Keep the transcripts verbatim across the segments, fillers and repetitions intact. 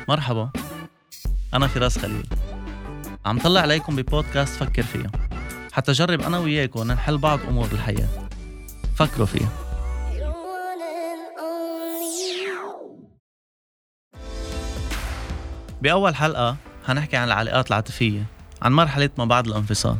مرحبا، أنا فراس خليل. عم طلع عليكم ببودكاست فكر فيها حتى جرب أنا وياكم نحل بعض أمور الحياة. فكروا فيها. بأول حلقة هنحكي عن العلاقات العاطفية، عن مرحلة ما بعد الانفصال.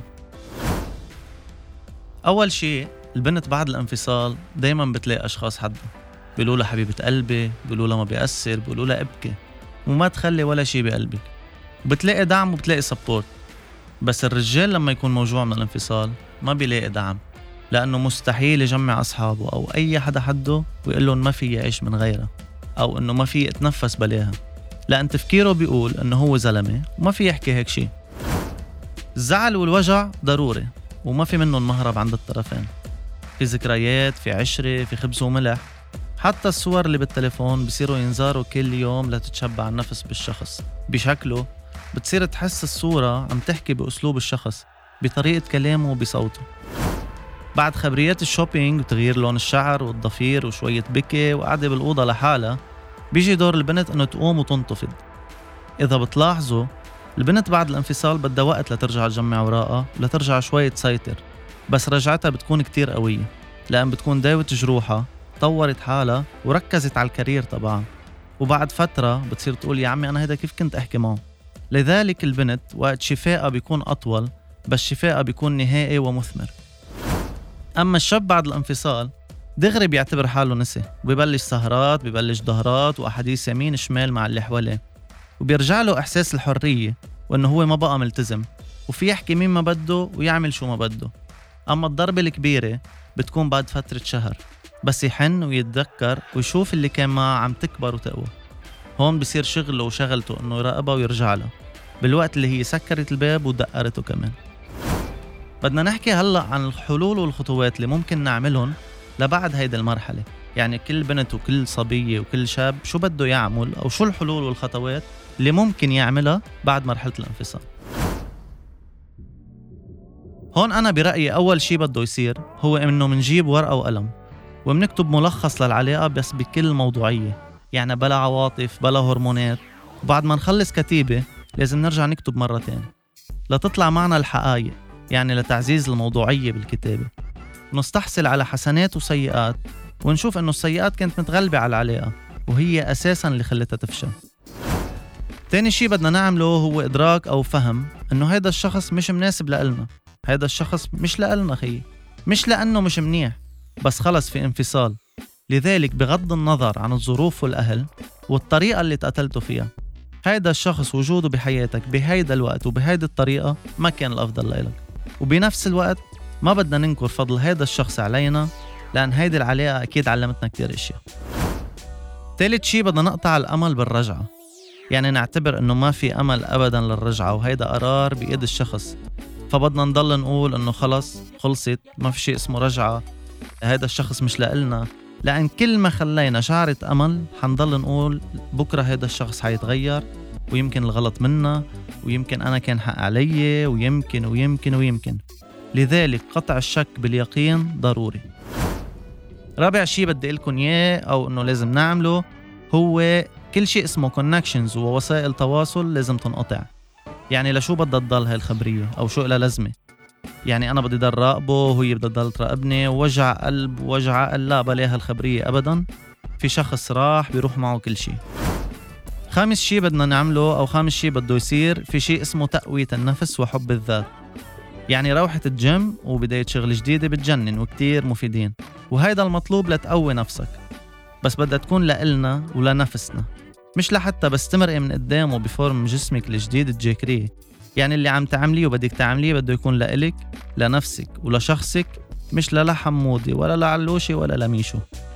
أول شيء، البنت بعد الانفصال دايما بتلاقي أشخاص حدها بيقولوا لها حبيبة قلبي، بيقولوا لها ما بيأثر، بيقولوا لها ابكي وما تخلي ولا شيء بقلبك، وبتلاقي دعم وبتلاقي سبورت. بس الرجال لما يكون موجوع من الانفصال ما بيلاقي دعم، لأنه مستحيل يجمع أصحابه أو أي حدا حده ويقول لهم ما في يعيش من غيرها، أو إنه ما في يتنفس بلاها، لأن تفكيره بيقول إنه هو زلمة وما في يحكي هيك شيء. الزعل والوجع ضروري وما في منهم مهرب عند الطرفين. في ذكريات، في عشرة، في خبز وملح. حتى الصور اللي بالتليفون بصيروا ينزاروا كل يوم لتتشبع النفس بالشخص بشكله. بتصير تحس الصورة عم تحكي بأسلوب الشخص، بطريقة كلامه وبصوته. بعد خبريات الشوبينج وتغيير لون الشعر والضفير وشوية بكي وقعدة بالأوضة لحالها، بيجي دور البنت أنه تقوم وتنتفض. إذا بتلاحظوا، البنت بعد الانفصال بدها وقت لترجع تجمع وراءها لترجع شوية تسيطر، بس رجعتها بتكون كتير قوية، لأن بتكون داوت جروحها، طورت حالها وركزت على الكارير طبعا. وبعد فترة بتصير تقول يا عمي أنا هيدا كيف كنت أحكي معه. لذلك البنت وقت شفائها بيكون أطول، بس شفائها بيكون نهائي ومثمر. أما الشاب بعد الانفصال دغري بيعتبر حاله نسي، وبيبلش سهرات، بيبلش ظهرات وأحاديث يمين شمال مع اللي حواليه، وبيرجع له إحساس الحرية وإنه هو ما بقى ملتزم وفي يحكي مين ما بده ويعمل شو ما بده. أما الضربة الكبيرة بتكون بعد فترة شهر، بس يحن ويتذكر ويشوف اللي كان معه عم تكبر وتقوى. هون بصير شغله وشغلته إنه يراقبها ويرجع له بالوقت اللي هي سكرت الباب ودقرته كمان. بدنا نحكي هلأ عن الحلول والخطوات اللي ممكن نعملهم لبعد هيدا المرحلة. يعني كل بنت وكل صبية وكل شاب شو بده يعمل، أو شو الحلول والخطوات اللي ممكن يعملها بعد مرحلة الانفصال. هون أنا برأيي أول شي بده يصير هو إنه منجيب ورقة وقلم ومنكتب ملخص للعلاقة، بس بكل موضوعية، يعني بلا عواطف بلا هرمونات. وبعد ما نخلص كتيبة لازم نرجع نكتب مرة تانية لتطلع معنا الحقائق، يعني لتعزيز الموضوعية بالكتابة. ونستحصل على حسنات وسيئات ونشوف إنه السيئات كانت متغلبة على العلاقة وهي أساساً اللي خلتها تفشل. تاني شي بدنا نعمله هو إدراك أو فهم إنه هيدا الشخص مش مناسب لإلنا. هيدا الشخص مش لإلنا خيي، مش لأنه مش منيح، بس خلص في انفصال. لذلك بغض النظر عن الظروف والأهل والطريقة اللي تقتلته فيها، هيدا الشخص وجوده بحياتك بهيدا الوقت وبهيدا الطريقة ما كان الأفضل لإلك. وبنفس الوقت ما بدنا ننكر فضل هيدا الشخص علينا، لأن هيدا العلاقة أكيد علمتنا كتير إشياء. ثالث شي بدنا نقطع الأمل بالرجعة، يعني نعتبر إنه ما في أمل أبداً للرجعة، وهيدا قرار بيد الشخص. فبدنا نضل نقول إنه خلص خلصت، ما في شيء اسمه رجعة، هيدا الشخص مش لإلنا. لأن كل ما خلينا شعرة أمل حنضل نقول بكرة هيدا الشخص حيتغير، ويمكن الغلط منا، ويمكن أنا كان حق علي، ويمكن ويمكن ويمكن. لذلك قطع الشك باليقين ضروري. رابع شيء بدي لكم إياه أو إنه لازم نعمله هو كل شيء اسمه connections ووسائل تواصل لازم تنقطع. يعني لشو بدها تضل هاي الخبرية أو شو إلها لازمة؟ يعني أنا بدي ضل راقبه وهي بدها تضل تراقبني، ووجع قلب ووجع عقل، لا بلاها الخبرية أبدا. في شخص راح بيروح معه كل شيء. خامس شيء بدنا نعمله أو خامس شيء بده يصير في شيء اسمه تقوية النفس وحب الذات. يعني روحة الجيم وبداية شغل جديدة بتجنن وكتير مفيدين، وهيدا المطلوب لتقوي نفسك، بس بدها تكون لإلنا ولنفسنا، مش لحتى بس تمرقي من قدامه بفورم جسمك الجديد تجاكريه. يعني اللي عم تعمليه وبدك تعمليه بده يكون لإلك، لنفسك ولشخصك، مش للحمودي ولا لعلوشي ولا لميشو.